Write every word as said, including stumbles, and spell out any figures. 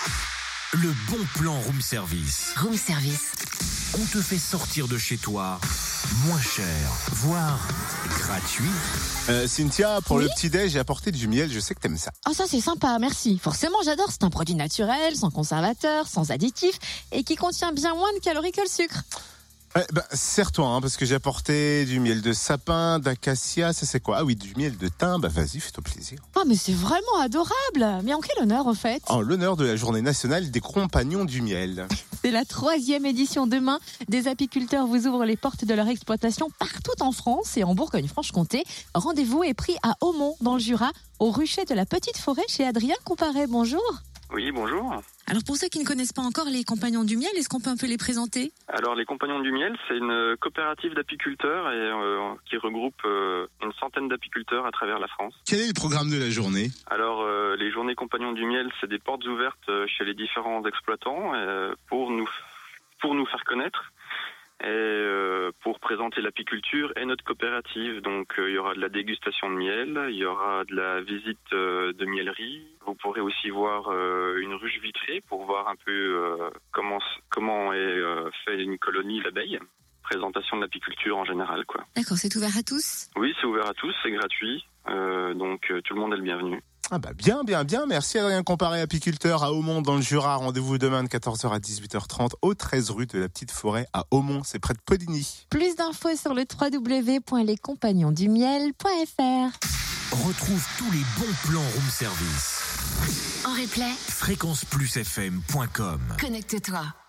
Le bon plan room service. Room service. On te fait sortir de chez toi moins cher, voire gratuit. Euh, Cynthia, pour Oui le petit-déj, j'ai apporté du miel. Je sais que t'aimes ça. Ah, ça c'est sympa, merci. Forcément, j'adore. C'est un produit naturel, sans conservateur, sans additifs et qui contient bien moins de calories que le sucre. Ouais, bah, serre-toi, hein, parce que j'ai apporté du miel de sapin, d'acacia. Ça, c'est quoi? Ah oui, du miel de thym. Bah, vas-y, fais-toi plaisir. Ah, mais c'est vraiment adorable. Mais en quel honneur, en fait? En l'honneur de la journée nationale des compagnons du miel. C'est la troisième édition demain. Des apiculteurs vous ouvrent les portes de leur exploitation partout en France et en Bourgogne-Franche-Comté. Rendez-vous est pris à Aumont, dans le Jura, au rucher de la Petite Forêt, chez Adrien Comparé. Bonjour. Oui, bonjour. Alors pour ceux qui ne connaissent pas encore les compagnons du miel, est-ce qu'on peut un peu les présenter? Alors, les Compagnons du Miel, c'est une coopérative d'apiculteurs et, euh, qui regroupe euh, une centaine d'apiculteurs à travers la France. Quel est le programme de la journée? Alors, euh, les journées Compagnons du Miel, c'est des portes ouvertes euh, chez les différents exploitants euh, pour nous pour nous faire connaître et euh, pour présenter l'apiculture et notre coopérative. Donc, euh, il y aura de la dégustation de miel, il y aura de la visite euh, de mielerie. Vous pourrez aussi voir euh, une ruche vitrée pour voir un peu euh, comment comment est euh, fait une colonie d'abeilles. Présentation de l'apiculture en général, quoi. D'accord, c'est ouvert à tous? Oui, c'est ouvert à tous, c'est gratuit, euh, donc euh, tout le monde est le bienvenu. Ah bah bien, bien, bien. Merci Adrien Comparé, apiculteur à Aumont dans le Jura. Rendez-vous demain de quatorze heures à dix-huit heures trente au treize rue de la Petite Forêt à Aumont. C'est près de Poligny. Plus d'infos sur le w w w point les compagnons du miel point f r. Retrouve tous les bons plans room service. En replay, fréquence plus f m point com. connecte-toi.